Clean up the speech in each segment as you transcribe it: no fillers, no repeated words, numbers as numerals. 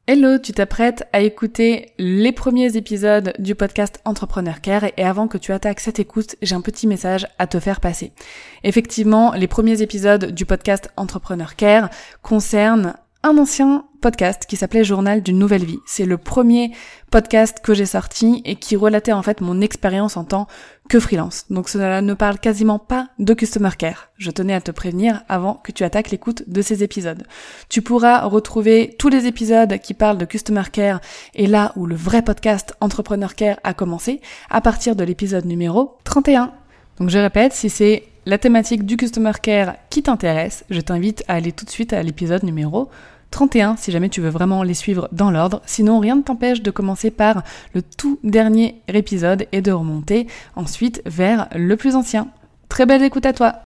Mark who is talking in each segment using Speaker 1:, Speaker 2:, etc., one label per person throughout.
Speaker 1: Hello, tu t'apprêtes à écouter les premiers épisodes du podcast Entrepreneur Care et avant que tu attaques cette écoute, j'ai un petit message à te faire passer. Effectivement, les premiers épisodes du podcast Entrepreneur Care concernent un ancien podcast qui s'appelait Journal d'une nouvelle vie. C'est le premier podcast que j'ai sorti et qui relatait en fait mon expérience en tant que freelance. Donc cela ne parle quasiment pas de Customer Care. Je tenais à te prévenir avant que tu attaques l'écoute de ces épisodes. Tu pourras retrouver tous les épisodes qui parlent de Customer Care et là où le vrai podcast Entrepreneur Care a commencé, à partir de l'épisode numéro 31. Donc je répète, si c'est la thématique du Customer Care qui t'intéresse, je t'invite à aller tout de suite à l'épisode numéro 31 si jamais tu veux vraiment les suivre dans l'ordre. Sinon, rien ne t'empêche de commencer par le tout dernier épisode et de remonter ensuite vers le plus ancien. Très belle écoute à toi!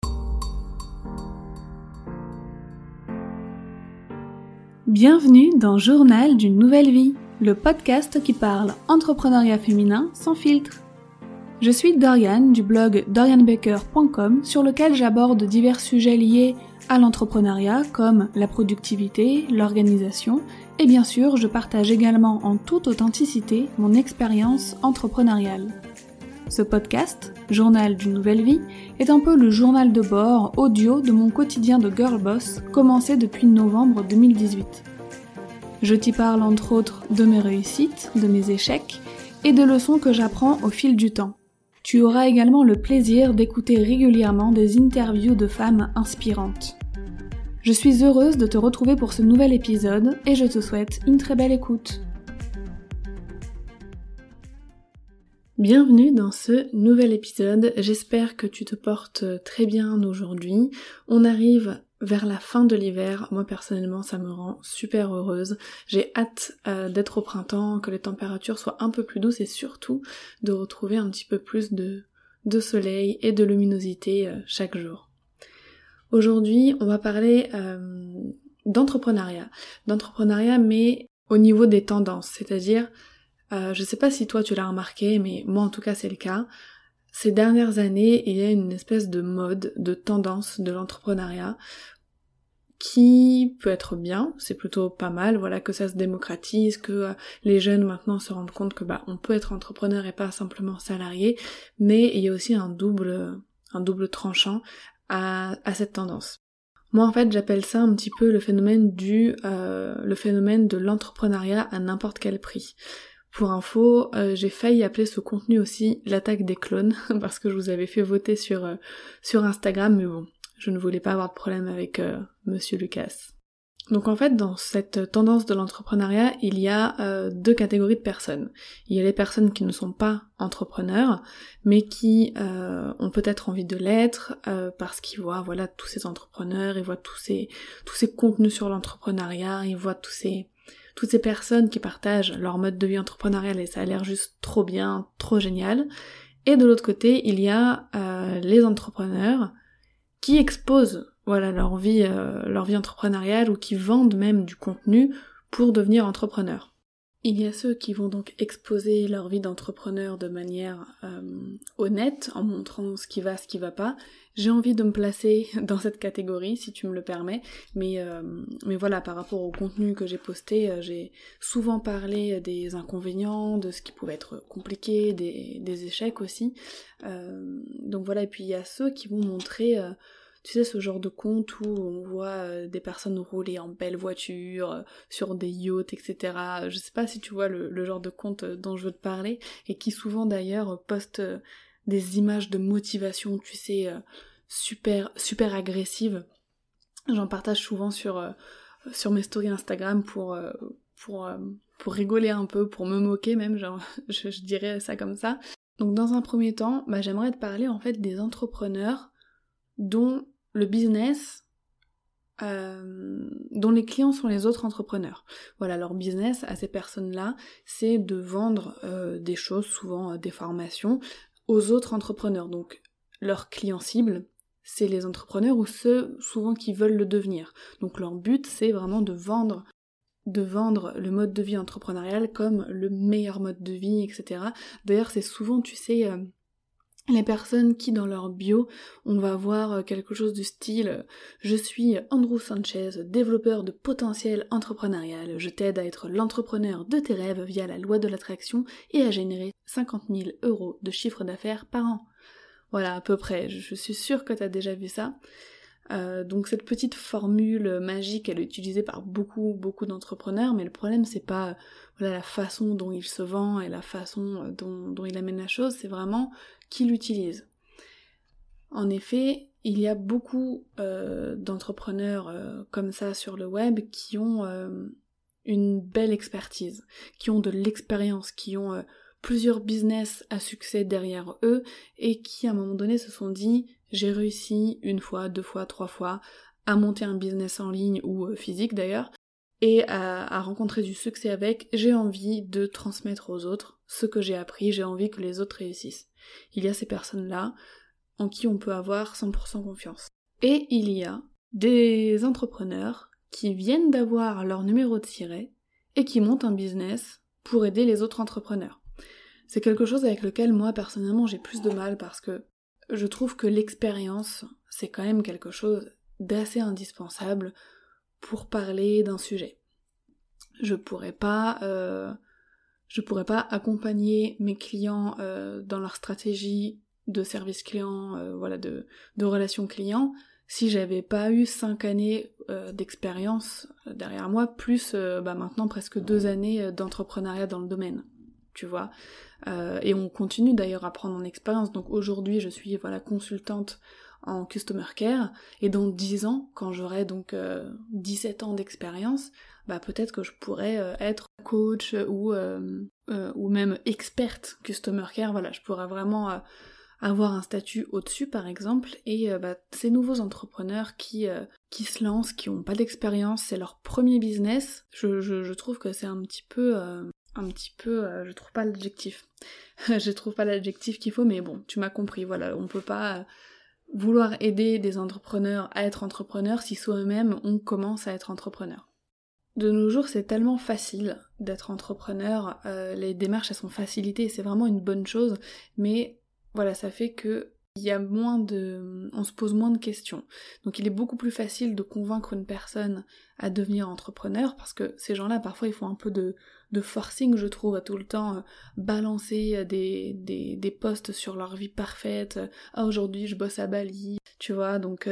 Speaker 1: Bienvenue dans Journal d'une nouvelle vie, le podcast qui parle entrepreneuriat féminin sans filtre. Je suis Dorian du blog dorianbaker.com sur lequel j'aborde divers sujets liés à l'entrepreneuriat comme la productivité, l'organisation et bien sûr je partage également en toute authenticité mon expérience entrepreneuriale. Ce podcast, Journal d'une nouvelle vie, est un peu le journal de bord audio de mon quotidien de girl boss commencé depuis novembre 2018. Je t'y parle entre autres de mes réussites, de mes échecs et des leçons que j'apprends au fil du temps. Tu auras également le plaisir d'écouter régulièrement des interviews de femmes inspirantes. Je suis heureuse de te retrouver pour ce nouvel épisode et je te souhaite une très belle écoute. Bienvenue dans ce nouvel épisode, j'espère que tu te portes très bien aujourd'hui. On arrive vers la fin de l'hiver, moi personnellement ça me rend super heureuse. J'ai hâte d'être au printemps, que les températures soient un peu plus douces et surtout de retrouver un petit peu plus de soleil et de luminosité chaque jour. Aujourd'hui on va parler d'entrepreneuriat mais au niveau des tendances, c'est-à-dire je sais pas si toi tu l'as remarqué mais moi en tout cas c'est le cas. Ces dernières années, il y a une espèce de mode, de tendance de l'entrepreneuriat qui peut être bien, c'est plutôt pas mal, voilà, que ça se démocratise, que les jeunes maintenant se rendent compte que on peut être entrepreneur et pas simplement salarié, mais il y a aussi un double tranchant à cette tendance. Moi en fait j'appelle ça un petit peu le phénomène de l'entrepreneuriat à n'importe quel prix. Pour info, j'ai failli appeler ce contenu aussi l'attaque des clones, parce que je vous avais fait voter sur Instagram, mais bon, je ne voulais pas avoir de problème avec Monsieur Lucas. Donc en fait, dans cette tendance de l'entrepreneuriat, il y a deux catégories de personnes. Il y a les personnes qui ne sont pas entrepreneurs, mais qui ont peut-être envie de l'être, parce qu'ils voient tous ces entrepreneurs, ils voient tous ces contenus sur l'entrepreneuriat, ils voient toutes ces personnes qui partagent leur mode de vie entrepreneurial et ça a l'air juste trop bien, trop génial. Et de l'autre côté, il y a les entrepreneurs qui exposent leur vie entrepreneuriale ou qui vendent même du contenu pour devenir entrepreneurs. Il y a ceux qui vont donc exposer leur vie d'entrepreneur de manière honnête, en montrant ce qui va pas. J'ai envie de me placer dans cette catégorie, si tu me le permets, mais voilà, par rapport au contenu que j'ai posté, j'ai souvent parlé des inconvénients, de ce qui pouvait être compliqué, des échecs aussi. Donc voilà, et puis il y a ceux qui vont montrer... Tu sais, ce genre de compte où on voit des personnes rouler en belles voitures, sur des yachts, etc. Je sais pas si tu vois le genre de compte dont je veux te parler, et qui souvent d'ailleurs postent des images de motivation, tu sais, super agressives. J'en partage souvent sur mes stories Instagram pour rigoler un peu, pour me moquer même, genre, je dirais ça comme ça. Donc dans un premier temps, j'aimerais te parler en fait des entrepreneurs dont le business, dont les clients sont les autres entrepreneurs. Voilà, leur business à ces personnes-là, c'est de vendre des choses, souvent des formations, aux autres entrepreneurs. Donc leur client cible, c'est les entrepreneurs ou ceux souvent qui veulent le devenir. Donc leur but, c'est vraiment de vendre le mode de vie entrepreneurial comme le meilleur mode de vie, etc. D'ailleurs, c'est souvent, tu sais... Les personnes qui dans leur bio, on va voir quelque chose du style « Je suis Andrew Sanchez, développeur de potentiel entrepreneurial. Je t'aide à être l'entrepreneur de tes rêves via la loi de l'attraction et à générer 50 000 € de chiffre d'affaires par an. » Voilà, à peu près. Je suis sûre que t'as déjà vu ça. Donc cette petite formule magique, elle est utilisée par beaucoup d'entrepreneurs, mais le problème c'est pas la façon dont il se vend et la façon dont il amène la chose, c'est vraiment qui l'utilise. En effet, il y a beaucoup d'entrepreneurs comme ça sur le web qui ont une belle expertise, qui ont de l'expérience, qui ont plusieurs business à succès derrière eux et qui à un moment donné se sont dit j'ai réussi 1 fois, 2 fois, 3 fois à monter un business en ligne ou physique d'ailleurs et à rencontrer du succès avec, j'ai envie de transmettre aux autres ce que j'ai appris, j'ai envie que les autres réussissent. Il y a ces personnes-là en qui on peut avoir 100% confiance. Et il y a des entrepreneurs qui viennent d'avoir leur numéro de siret et qui montent un business pour aider les autres entrepreneurs. C'est quelque chose avec lequel moi personnellement j'ai plus de mal parce que je trouve que l'expérience c'est quand même quelque chose d'assez indispensable pour parler d'un sujet. Je pourrais pas accompagner mes clients dans leur stratégie de service client, de relation client, si j'avais pas eu 5 années d'expérience derrière moi, plus maintenant presque 2 années d'entrepreneuriat dans le domaine, tu vois. Et on continue d'ailleurs à prendre en expérience, donc aujourd'hui je suis consultante en Customer Care, et dans 10 ans, quand j'aurai donc 17 ans d'expérience, peut-être que je pourrais être coach ou même experte Customer Care, je pourrais vraiment avoir un statut au-dessus par exemple, et ces nouveaux entrepreneurs qui se lancent, qui ont pas d'expérience, c'est leur premier business, je trouve que c'est un petit peu, je trouve pas l'adjectif, je trouve pas l'adjectif qu'il faut, mais bon, tu m'as compris, on peut pas vouloir aider des entrepreneurs à être entrepreneurs si soi-même on commence à être entrepreneur. De nos jours, c'est tellement facile d'être entrepreneur, les démarches elles sont facilitées et c'est vraiment une bonne chose, mais ça fait que on se pose moins de questions. Donc il est beaucoup plus facile de convaincre une personne à devenir entrepreneur parce que ces gens-là, parfois, ils font un peu de forcing, je trouve, à tout le temps balancer des posts sur leur vie parfaite. Ah, aujourd'hui, je bosse à Bali, tu vois, donc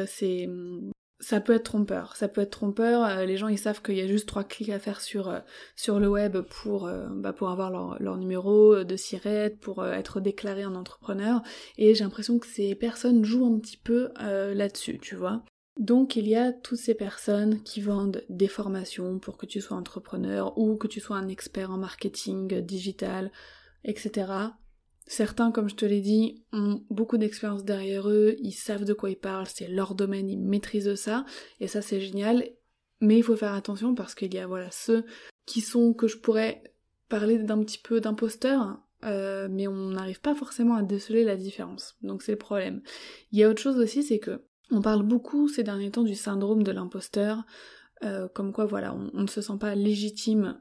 Speaker 1: ça peut être trompeur, les gens ils savent qu'il y a juste 3 clics à faire sur le web pour avoir leur numéro de siret, pour être déclaré en entrepreneur, et j'ai l'impression que ces personnes jouent un petit peu là-dessus, tu vois. Donc il y a toutes ces personnes qui vendent des formations pour que tu sois entrepreneur ou que tu sois un expert en marketing digital, etc. Certains, comme je te l'ai dit, ont beaucoup d'expérience derrière eux, ils savent de quoi ils parlent, c'est leur domaine, ils maîtrisent ça, et ça c'est génial, mais il faut faire attention parce qu'il y a ceux qui sont, que je pourrais parler d'un petit peu d'imposteurs, mais on n'arrive pas forcément à déceler la différence, donc c'est le problème. Il y a autre chose aussi, c'est que on parle beaucoup ces derniers temps du syndrome de l'imposteur, comme quoi on ne se sent pas légitime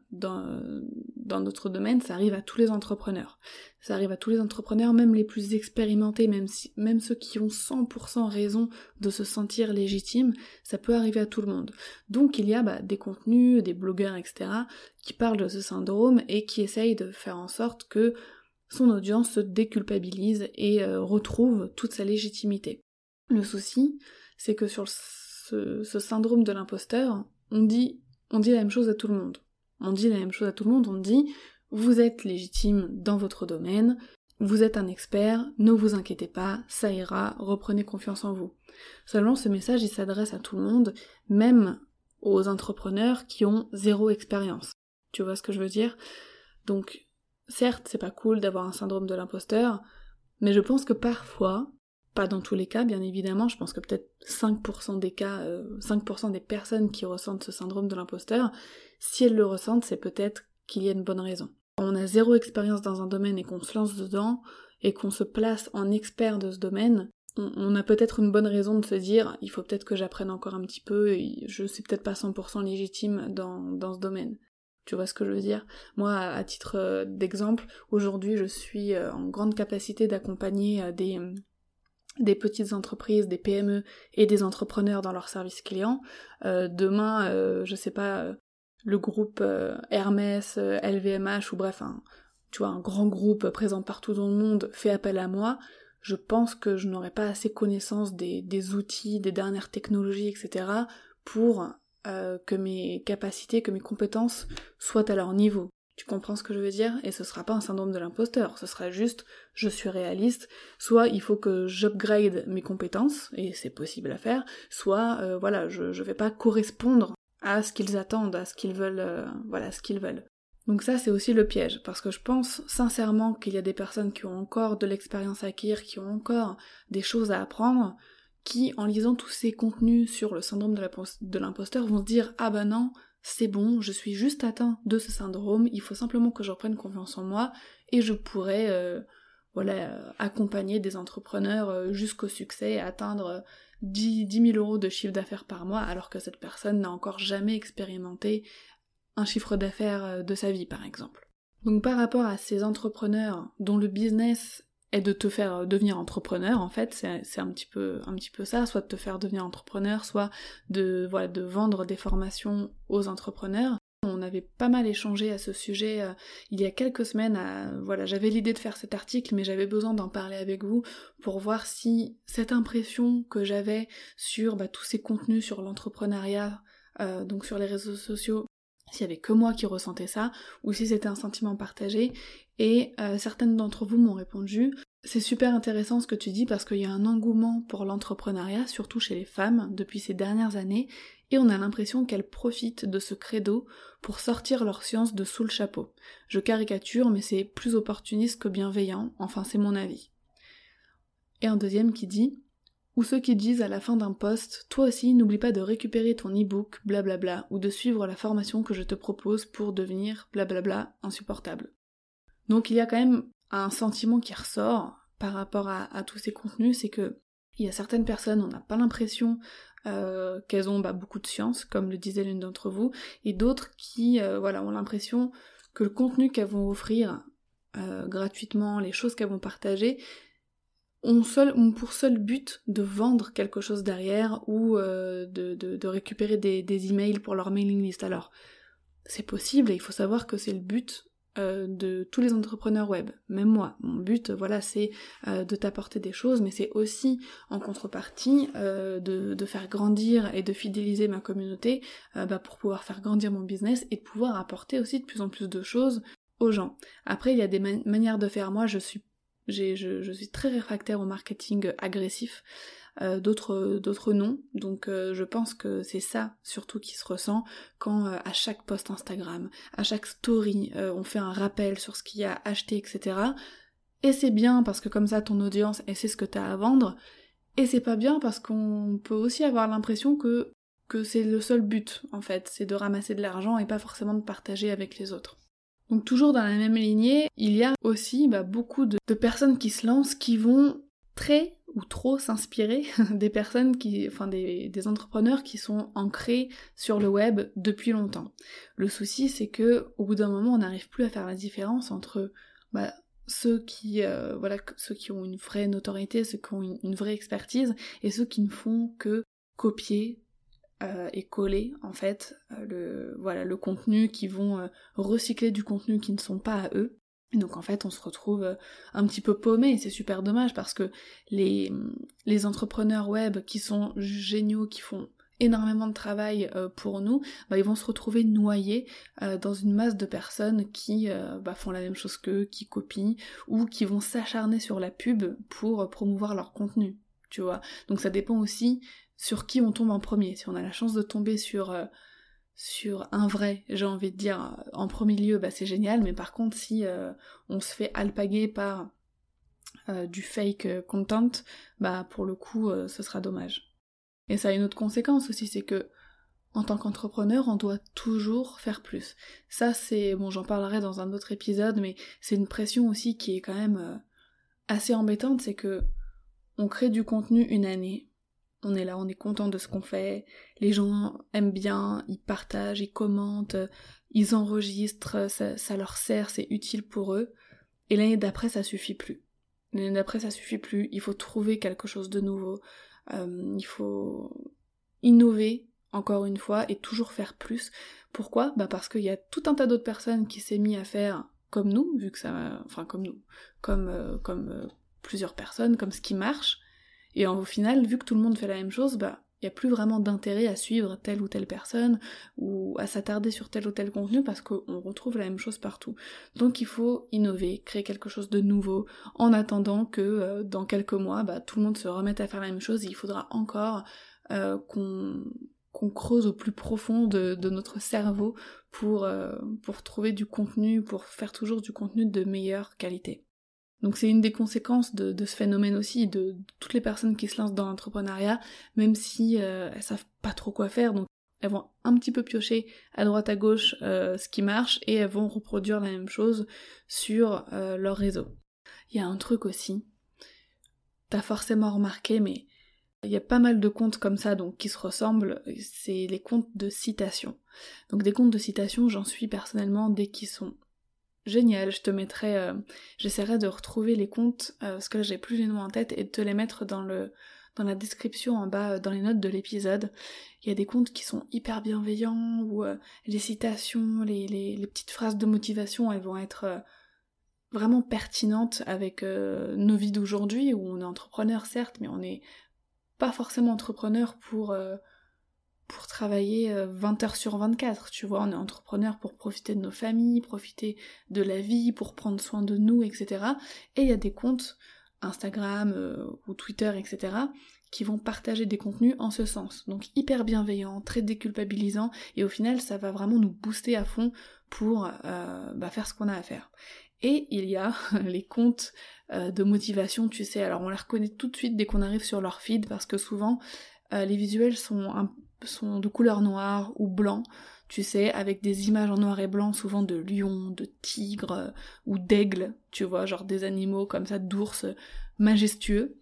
Speaker 1: dans notre domaine, ça arrive à tous les entrepreneurs. Ça arrive à tous les entrepreneurs, même les plus expérimentés, même ceux qui ont 100% raison de se sentir légitimes, ça peut arriver à tout le monde. Donc il y a des contenus, des blogueurs, etc., qui parlent de ce syndrome et qui essayent de faire en sorte que son audience se déculpabilise et retrouve toute sa légitimité. Le souci, c'est que sur ce syndrome de l'imposteur, on dit la même chose à tout le monde. On dit vous êtes légitime dans votre domaine, vous êtes un expert, ne vous inquiétez pas, ça ira, reprenez confiance en vous. Seulement ce message il s'adresse à tout le monde, même aux entrepreneurs qui ont 0 expérience. Tu vois ce que je veux dire? Donc certes c'est pas cool d'avoir un syndrome de l'imposteur, mais je pense que parfois, pas dans tous les cas, bien évidemment, je pense que peut-être 5% des cas, 5% des personnes qui ressentent ce syndrome de l'imposteur, si elles le ressentent, c'est peut-être qu'il y a une bonne raison. Quand on a 0 expérience dans un domaine et qu'on se lance dedans, et qu'on se place en expert de ce domaine, on a peut-être une bonne raison de se dire, il faut peut-être que j'apprenne encore un petit peu, et je suis peut-être pas 100% légitime dans ce domaine. Tu vois ce que je veux dire? Moi, à titre d'exemple, aujourd'hui, je suis en grande capacité d'accompagner des petites entreprises, des PME et des entrepreneurs dans leur service client. Demain, je sais pas, le groupe Hermès, LVMH ou bref, tu vois, un grand groupe présent partout dans le monde fait appel à moi. Je pense que je n'aurai pas assez connaissance des outils, des dernières technologies, etc. pour que mes capacités, que mes compétences soient à leur niveau. Tu comprends ce que je veux dire? Et ce sera pas un syndrome de l'imposteur, ce sera juste je suis réaliste, soit il faut que j'upgrade mes compétences, et c'est possible à faire, soit voilà, je vais pas correspondre à ce qu'ils attendent, à ce qu'ils veulent, voilà, ce qu'ils veulent. Donc ça c'est aussi le piège, parce que je pense sincèrement qu'il y a des personnes qui ont encore de l'expérience à acquérir, qui ont encore des choses à apprendre, qui en lisant tous ces contenus sur le syndrome de l'imposteur vont se dire « Ah bah non, c'est bon, je suis juste atteint de ce syndrome, il faut simplement que je reprenne confiance en moi et je pourrais accompagner des entrepreneurs jusqu'au succès, atteindre 10 000 euros de chiffre d'affaires par mois alors que cette personne n'a encore jamais expérimenté un chiffre d'affaires de sa vie par exemple. » Donc par rapport à ces entrepreneurs dont le business est de te faire devenir entrepreneur, en fait, c'est un petit peu ça, soit de te faire devenir entrepreneur, soit de vendre des formations aux entrepreneurs. On avait pas mal échangé à ce sujet il y a quelques semaines, j'avais l'idée de faire cet article, mais j'avais besoin d'en parler avec vous pour voir si cette impression que j'avais sur tous ces contenus sur l'entrepreneuriat, donc sur les réseaux sociaux, s'il y avait que moi qui ressentais ça, ou si c'était un sentiment partagé, et certaines d'entre vous m'ont répondu « C'est super intéressant ce que tu dis parce qu'il y a un engouement pour l'entrepreneuriat, surtout chez les femmes, depuis ces dernières années, et on a l'impression qu'elles profitent de ce credo pour sortir leur science de sous le chapeau. Je caricature, mais c'est plus opportuniste que bienveillant, enfin c'est mon avis. » Et un deuxième qui dit « Ou ceux qui disent à la fin d'un post, toi aussi n'oublie pas de récupérer ton e-book, blablabla, ou de suivre la formation que je te propose pour devenir blablabla insupportable. » Donc il y a quand même un sentiment qui ressort par rapport à tous ces contenus, c'est que il y a certaines personnes, on n'a pas l'impression qu'elles ont beaucoup de science, comme le disait l'une d'entre vous, et d'autres qui ont l'impression que le contenu qu'elles vont offrir gratuitement, les choses qu'elles vont partager, ont pour seul but de vendre quelque chose derrière ou de récupérer des emails pour leur mailing list. Alors, c'est possible et il faut savoir que c'est le but de tous les entrepreneurs web. Même moi, mon but, c'est de t'apporter des choses, mais c'est aussi en contrepartie de faire grandir et de fidéliser ma communauté pour pouvoir faire grandir mon business et de pouvoir apporter aussi de plus en plus de choses aux gens. Après, il y a des manières de faire. Moi, je suis très réfractaire au marketing agressif, d'autres non, donc je pense que c'est ça surtout qui se ressent quand à chaque post Instagram, à chaque story, on fait un rappel sur ce qu'il y a acheté, etc. Et c'est bien parce que comme ça ton audience, elle sait ce que t'as à vendre, et c'est pas bien parce qu'on peut aussi avoir l'impression que c'est le seul but, en fait, c'est de ramasser de l'argent et pas forcément de partager avec les autres. Donc toujours dans la même lignée, il y a aussi beaucoup de personnes qui se lancent qui vont très ou trop s'inspirer des personnes des entrepreneurs qui sont ancrés sur le web depuis longtemps. Le souci c'est que au bout d'un moment on n'arrive plus à faire la différence entre ceux qui ont une vraie notoriété, ceux qui ont une vraie expertise et ceux qui ne font que copier et coller en fait le contenu, qui vont recycler du contenu qui ne sont pas à eux. Et donc en fait on se retrouve un petit peu paumé et c'est super dommage parce que les entrepreneurs web qui sont géniaux, qui font énormément de travail pour nous, ils vont se retrouver noyés dans une masse de personnes qui font la même chose qu'eux, qui copient ou qui vont s'acharner sur la pub pour promouvoir leur contenu, tu vois. Donc ça dépend aussi sur qui on tombe en premier. Si on a la chance de tomber sur un vrai, j'ai envie de dire, en premier lieu, c'est génial, mais par contre si on se fait alpaguer par du fake content, pour le coup ce sera dommage. Et ça a une autre conséquence aussi, c'est que en tant qu'entrepreneur, on doit toujours faire plus. Ça c'est, j'en parlerai dans un autre épisode, mais c'est une pression aussi qui est quand même assez embêtante, c'est que on crée du contenu une année, on est là, on est content de ce qu'on fait, les gens aiment bien, ils partagent, ils commentent, ils enregistrent, ça leur sert, c'est utile pour eux, et l'année d'après ça suffit plus. L'année d'après ça suffit plus, il faut trouver quelque chose de nouveau, il faut innover encore une fois et toujours faire plus. Pourquoi ? Parce qu'il y a tout un tas d'autres personnes qui s'est mis à faire comme nous, vu que ça... Enfin comme nous, comme plusieurs personnes, comme ce qui marche, et au final, vu que tout le monde fait la même chose, il n'y a plus vraiment d'intérêt à suivre telle ou telle personne, ou à s'attarder sur tel ou tel contenu, parce qu'on retrouve la même chose partout. Donc il faut innover, créer quelque chose de nouveau, en attendant que dans quelques mois, tout le monde se remette à faire la même chose, et il faudra encore qu'on creuse au plus profond de notre cerveau pour trouver du contenu, pour faire toujours du contenu de meilleure qualité. Donc c'est une des conséquences de ce phénomène aussi, de toutes les personnes qui se lancent dans l'entrepreneuriat, même si elles savent pas trop quoi faire, donc elles vont un petit peu piocher à droite à gauche ce qui marche, et elles vont reproduire la même chose sur leur réseau. Il y a un truc aussi, t'as forcément remarqué, mais il y a pas mal de comptes comme ça donc qui se ressemblent, c'est les comptes de citation. Donc des comptes de citation, j'en suis personnellement des qui sont génial, j'essaierai de retrouver les comptes, parce que là j'ai plus les noms en tête, et de te les mettre dans la description en bas, dans les notes de l'épisode. Il y a des comptes qui sont hyper bienveillants, où les citations, les petites phrases de motivation, elles vont être vraiment pertinentes avec nos vies d'aujourd'hui, où on est entrepreneur certes, mais on n'est pas forcément entrepreneur pour travailler 20 heures sur 24, tu vois, on est entrepreneur pour profiter de nos familles, profiter de la vie, pour prendre soin de nous, etc. Et il y a des comptes Instagram ou Twitter, etc., qui vont partager des contenus en ce sens. Donc hyper bienveillants, très déculpabilisants, et au final ça va vraiment nous booster à fond pour faire ce qu'on a à faire. Et il y a les comptes de motivation, tu sais, alors on les reconnaît tout de suite dès qu'on arrive sur leur feed, parce que souvent les visuels sont de couleur noire ou blanc, tu sais, avec des images en noir et blanc, souvent de lions, de tigres ou d'aigles, tu vois, genre des animaux comme ça, d'ours majestueux,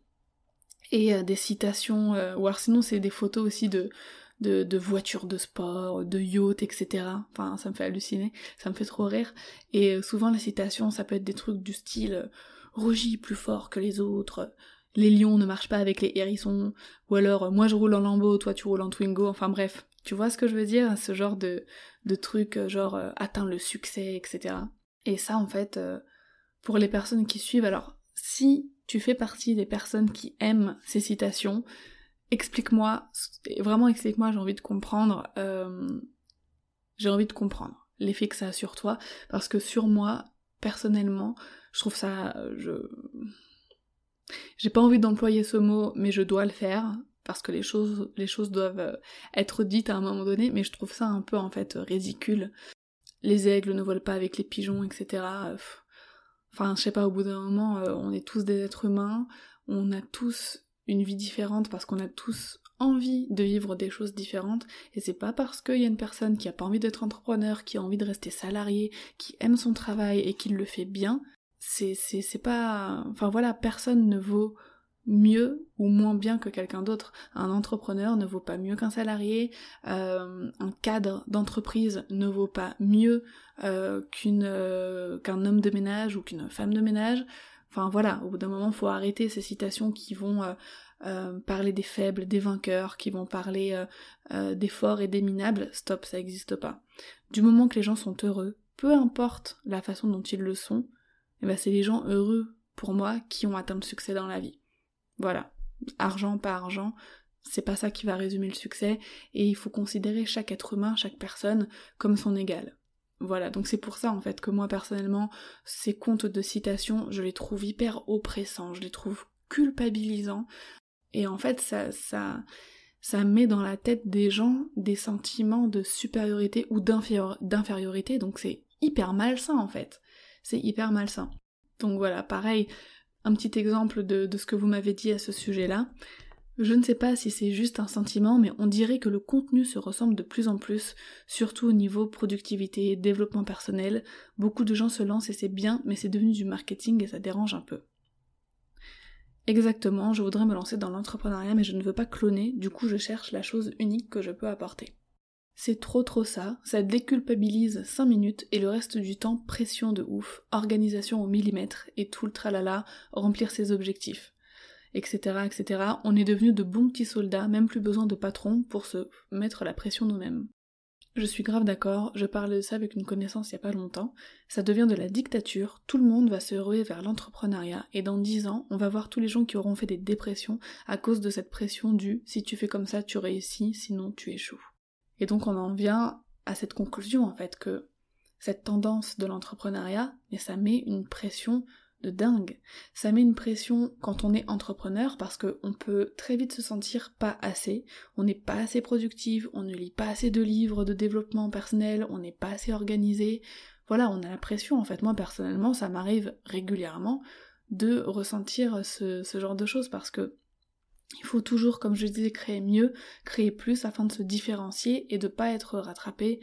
Speaker 1: et des citations, ou alors sinon c'est des photos aussi de voitures de sport, de yachts, etc. Enfin, ça me fait halluciner, ça me fait trop rire, et souvent les citations, ça peut être des trucs du style « Rugis plus fort que les autres », les lions ne marchent pas avec les hérissons, ou alors moi je roule en Lambo, toi tu roules en Twingo, enfin bref, tu vois ce que je veux dire, ce genre de trucs genre atteindre le succès, etc. Et ça en fait, pour les personnes qui suivent, alors si tu fais partie des personnes qui aiment ces citations, explique-moi, vraiment explique-moi, j'ai envie de comprendre l'effet que ça a sur toi, parce que sur moi, personnellement, je trouve ça... J'ai pas envie d'employer ce mot, mais je dois le faire, parce que les choses doivent être dites à un moment donné, mais je trouve ça un peu en fait ridicule. Les aigles ne volent pas avec les pigeons, etc. Enfin, je sais pas, au bout d'un moment, on est tous des êtres humains, on a tous une vie différente parce qu'on a tous envie de vivre des choses différentes, et c'est pas parce qu'il y a une personne qui a pas envie d'être entrepreneur, qui a envie de rester salarié, qui aime son travail et qui le fait bien, c'est pas... Enfin voilà, personne ne vaut mieux ou moins bien que quelqu'un d'autre. Un entrepreneur ne vaut pas mieux qu'un salarié, un cadre d'entreprise ne vaut pas mieux qu'un homme de ménage ou qu'une femme de ménage. Enfin voilà, au bout d'un moment, faut arrêter ces citations qui vont parler des faibles, des vainqueurs, qui vont parler des forts et des minables. Stop, ça existe pas. Du moment que les gens sont heureux, peu importe la façon dont ils le sont, c'est les gens heureux, pour moi, qui ont atteint le succès dans la vie. Voilà. Argent, pas argent, c'est pas ça qui va résumer le succès, et il faut considérer chaque être humain, chaque personne, comme son égal. Voilà, donc c'est pour ça en fait que moi personnellement, ces comptes de citation, je les trouve hyper oppressants, je les trouve culpabilisants, et en fait ça met dans la tête des gens des sentiments de supériorité ou d'infériorité, donc c'est hyper malsain en fait. C'est hyper malsain. Donc voilà, pareil, un petit exemple de ce que vous m'avez dit à ce sujet-là. Je ne sais pas si c'est juste un sentiment, mais on dirait que le contenu se ressemble de plus en plus, surtout au niveau productivité, développement personnel. Beaucoup de gens se lancent et c'est bien, mais c'est devenu du marketing et ça dérange un peu. Exactement, je voudrais me lancer dans l'entrepreneuriat, mais je ne veux pas cloner, du coup je cherche la chose unique que je peux apporter. C'est trop ça déculpabilise 5 minutes et le reste du temps, pression de ouf, organisation au millimètre et tout le tralala, remplir ses objectifs, etc. On est devenus de bons petits soldats, même plus besoin de patron pour se mettre la pression nous-mêmes. Je suis grave d'accord, je parlais de ça avec une connaissance il y a pas longtemps, ça devient de la dictature, tout le monde va se ruer vers l'entrepreneuriat et dans 10 ans, on va voir tous les gens qui auront fait des dépressions à cause de cette pression du « si tu fais comme ça, tu réussis, sinon tu échoues ». Et donc on en vient à cette conclusion en fait que cette tendance de l'entrepreneuriat, mais ça met une pression de dingue. Ça met une pression quand on est entrepreneur parce qu'on peut très vite se sentir pas assez, on n'est pas assez productif, on ne lit pas assez de livres de développement personnel, on n'est pas assez organisé. Voilà, on a la pression en fait. Moi personnellement, ça m'arrive régulièrement de ressentir ce genre de choses parce que il faut toujours, comme je disais, créer mieux, créer plus afin de se différencier et de pas être rattrapé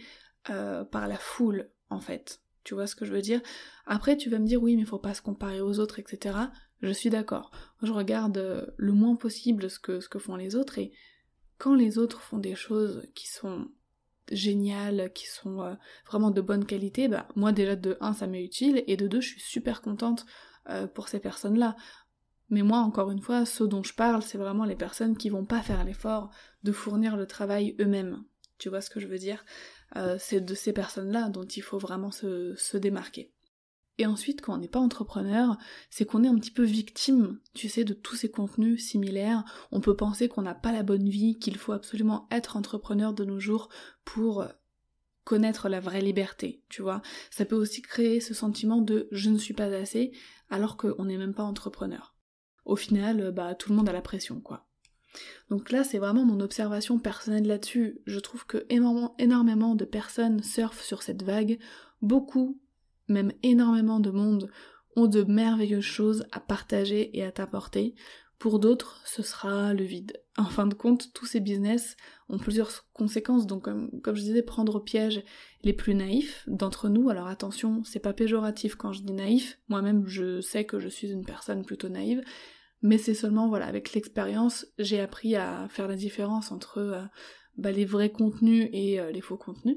Speaker 1: par la foule en fait. Tu vois ce que je veux dire? Après tu vas me dire oui mais faut pas se comparer aux autres, etc. Je suis d'accord. Je regarde le moins possible ce que font les autres et quand les autres font des choses qui sont géniales, qui sont vraiment de bonne qualité, bah moi déjà de 1 ça m'est utile et de 2 je suis super contente pour ces personnes-là. Mais moi, encore une fois, ceux dont je parle, c'est vraiment les personnes qui vont pas faire l'effort de fournir le travail eux-mêmes. Tu vois ce que je veux dire? C'est de ces personnes-là dont il faut vraiment se démarquer. Et ensuite, quand on n'est pas entrepreneur, c'est qu'on est un petit peu victime, tu sais, de tous ces contenus similaires. On peut penser qu'on n'a pas la bonne vie, qu'il faut absolument être entrepreneur de nos jours pour connaître la vraie liberté, tu vois. Ça peut aussi créer ce sentiment de « je ne suis pas assez » alors qu'on n'est même pas entrepreneur. Au final, tout le monde a la pression, quoi. Donc là, c'est vraiment mon observation personnelle là-dessus. Je trouve que énormément de personnes surfent sur cette vague. Beaucoup, même énormément de monde, ont de merveilleuses choses à partager et à t'apporter. Pour d'autres, ce sera le vide. En fin de compte, tous ces business ont plusieurs conséquences, donc comme je disais, prendre au piège les plus naïfs d'entre nous. Alors attention, c'est pas péjoratif quand je dis naïf, moi-même je sais que je suis une personne plutôt naïve, mais c'est seulement, voilà, avec l'expérience, j'ai appris à faire la différence entre les vrais contenus et les faux contenus.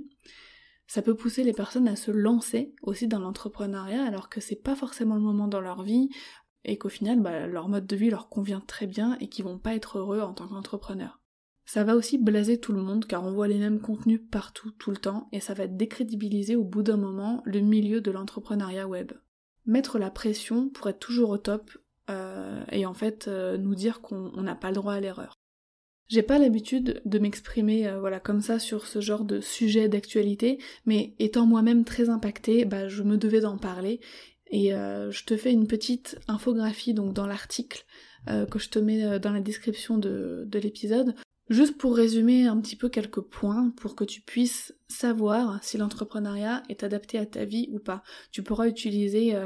Speaker 1: Ça peut pousser les personnes à se lancer aussi dans l'entrepreneuriat alors que c'est pas forcément le moment dans leur vie, et qu'au final, leur mode de vie leur convient très bien et qu'ils vont pas être heureux en tant qu'entrepreneur. Ça va aussi blaser tout le monde car on voit les mêmes contenus partout, tout le temps, et ça va décrédibiliser au bout d'un moment le milieu de l'entrepreneuriat web. Mettre la pression pour être toujours au top, et en fait nous dire qu'on n'a pas le droit à l'erreur. J'ai pas l'habitude de m'exprimer comme ça sur ce genre de sujet d'actualité, mais étant moi-même très impactée, je me devais d'en parler. Et je te fais une petite infographie donc dans l'article que je te mets dans la description de l'épisode, juste pour résumer un petit peu quelques points pour que tu puisses savoir si l'entrepreneuriat est adapté à ta vie ou pas. Tu pourras utiliser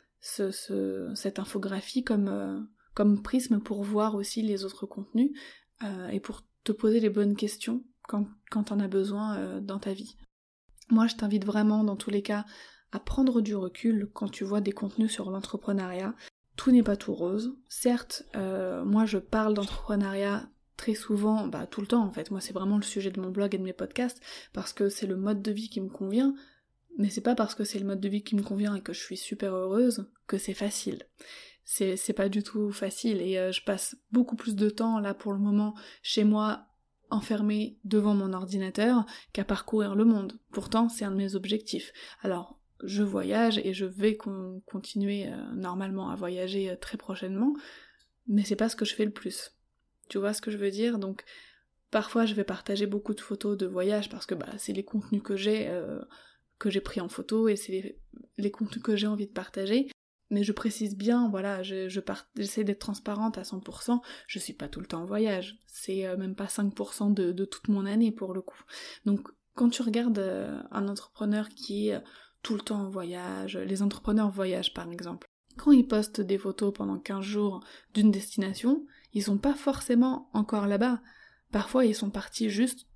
Speaker 1: cette infographie comme prisme pour voir aussi les autres contenus et pour te poser les bonnes questions quand t'en as besoin dans ta vie. Moi je t'invite vraiment dans tous les cas à prendre du recul quand tu vois des contenus sur l'entrepreneuriat. Tout n'est pas tout rose. Certes, moi je parle d'entrepreneuriat très souvent, tout le temps en fait. Moi c'est vraiment le sujet de mon blog et de mes podcasts parce que c'est le mode de vie qui me convient, mais c'est pas parce que c'est le mode de vie qui me convient et que je suis super heureuse que c'est facile. C'est pas du tout facile et je passe beaucoup plus de temps là pour le moment chez moi enfermée devant mon ordinateur qu'à parcourir le monde. Pourtant c'est un de mes objectifs. Alors je voyage et je vais continuer normalement à voyager très prochainement, mais c'est pas ce que je fais le plus. Tu vois ce que je veux dire? Donc parfois je vais partager beaucoup de photos de voyage parce que c'est les contenus que j'ai pris en photo et c'est les contenus que j'ai envie de partager. Mais je précise bien, voilà, j'essaie d'être transparente à 100%, je suis pas tout le temps en voyage, c'est même pas 5% de toute mon année pour le coup. Donc quand tu regardes un entrepreneur qui est tout le temps en voyage, les entrepreneurs voyagent par exemple, quand ils postent des photos pendant 15 jours d'une destination, ils sont pas forcément encore là-bas. Parfois ils sont partis juste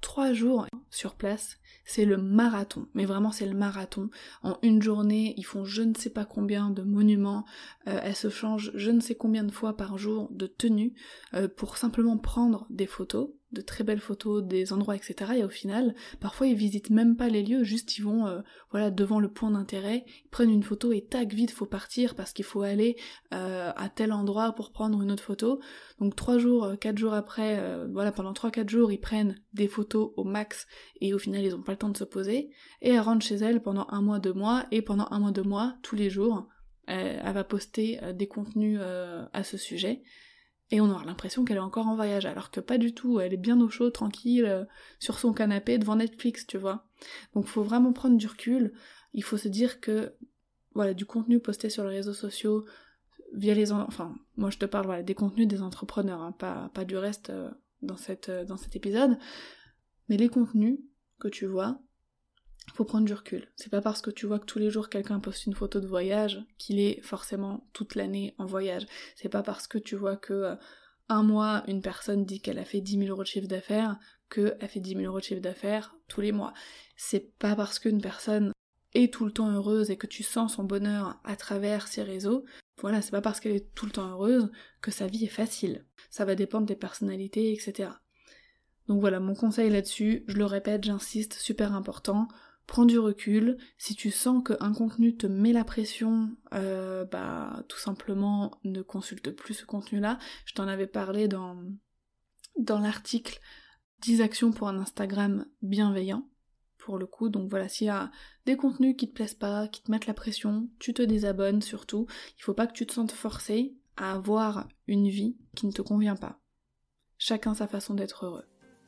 Speaker 1: 3 jours sur place, c'est le marathon, mais vraiment c'est le marathon. En une journée, ils font je ne sais pas combien de monuments, elles se changent je ne sais combien de fois par jour de tenue pour simplement prendre des photos, de très belles photos des endroits, etc. Et au final, parfois ils visitent même pas les lieux, juste ils vont devant le point d'intérêt, ils prennent une photo et tac, vite faut partir parce qu'il faut aller à tel endroit pour prendre une autre photo. Donc 3 jours, 4 jours après, pendant 3-4 jours, ils prennent des photos au max et au final ils ont pas le temps de se poser, et elle rentre chez elle pendant 1 mois, 2 mois, et pendant 1 mois, 2 mois, tous les jours, elle va poster des contenus à ce sujet, et on aura l'impression qu'elle est encore en voyage, alors que pas du tout, elle est bien au chaud, tranquille, sur son canapé devant Netflix, tu vois. Donc faut vraiment prendre du recul, il faut se dire que, du contenu posté sur les réseaux sociaux, via moi je te parle des contenus des entrepreneurs, hein, pas du reste dans cet épisode, mais les contenus que tu vois, faut prendre du recul. C'est pas parce que tu vois que tous les jours quelqu'un poste une photo de voyage qu'il est forcément toute l'année en voyage. C'est pas parce que tu vois que un mois une personne dit qu'elle a fait 10 000 euros de chiffre d'affaires qu'elle fait 10 000 euros de chiffre d'affaires tous les mois. C'est pas parce qu'une personne est tout le temps heureuse et que tu sens son bonheur à travers ses réseaux, c'est pas parce qu'elle est tout le temps heureuse que sa vie est facile. Ça va dépendre des personnalités, etc. Donc voilà, mon conseil là-dessus, je le répète, j'insiste, super important, prends du recul. Si tu sens qu'un contenu te met la pression, tout simplement ne consulte plus ce contenu-là. Je t'en avais parlé dans l'article 10 actions pour un Instagram bienveillant, pour le coup. Donc voilà, s'il y a des contenus qui te plaisent pas, qui te mettent la pression, tu te désabonnes surtout. Il faut pas que tu te sentes forcé à avoir une vie qui ne te convient pas. Chacun sa façon d'être heureux.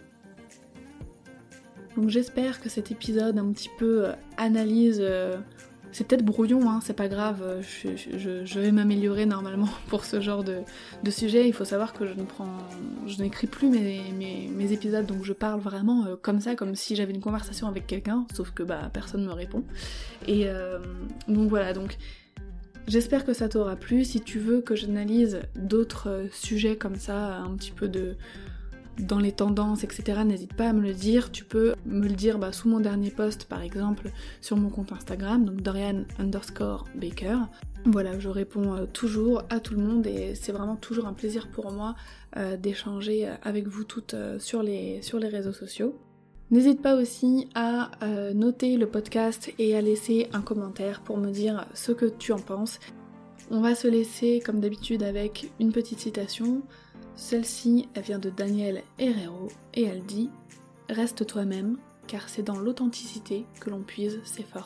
Speaker 1: Donc j'espère que cet épisode un petit peu analyse, c'est peut-être brouillon, hein, c'est pas grave, je vais m'améliorer normalement pour ce genre de sujet. Il faut savoir que je n'écris plus mes épisodes, donc je parle vraiment comme ça, comme si j'avais une conversation avec quelqu'un, sauf que personne me répond. Et donc voilà, donc j'espère que ça t'aura plu. Si tu veux que j'analyse d'autres sujets comme ça, un petit peu dans les tendances, etc., n'hésite pas à me le dire. Tu peux me le dire sous mon dernier post, par exemple, sur mon compte Instagram, donc Dorian_Baker. Voilà, je réponds toujours à tout le monde et c'est vraiment toujours un plaisir pour moi d'échanger avec vous toutes sur les réseaux sociaux. N'hésite pas aussi à noter le podcast et à laisser un commentaire pour me dire ce que tu en penses. On va se laisser, comme d'habitude, avec une petite citation. Celle-ci, elle vient de Daniel Herrero et elle dit « Reste toi-même, car c'est dans l'authenticité que l'on puise ses forces. »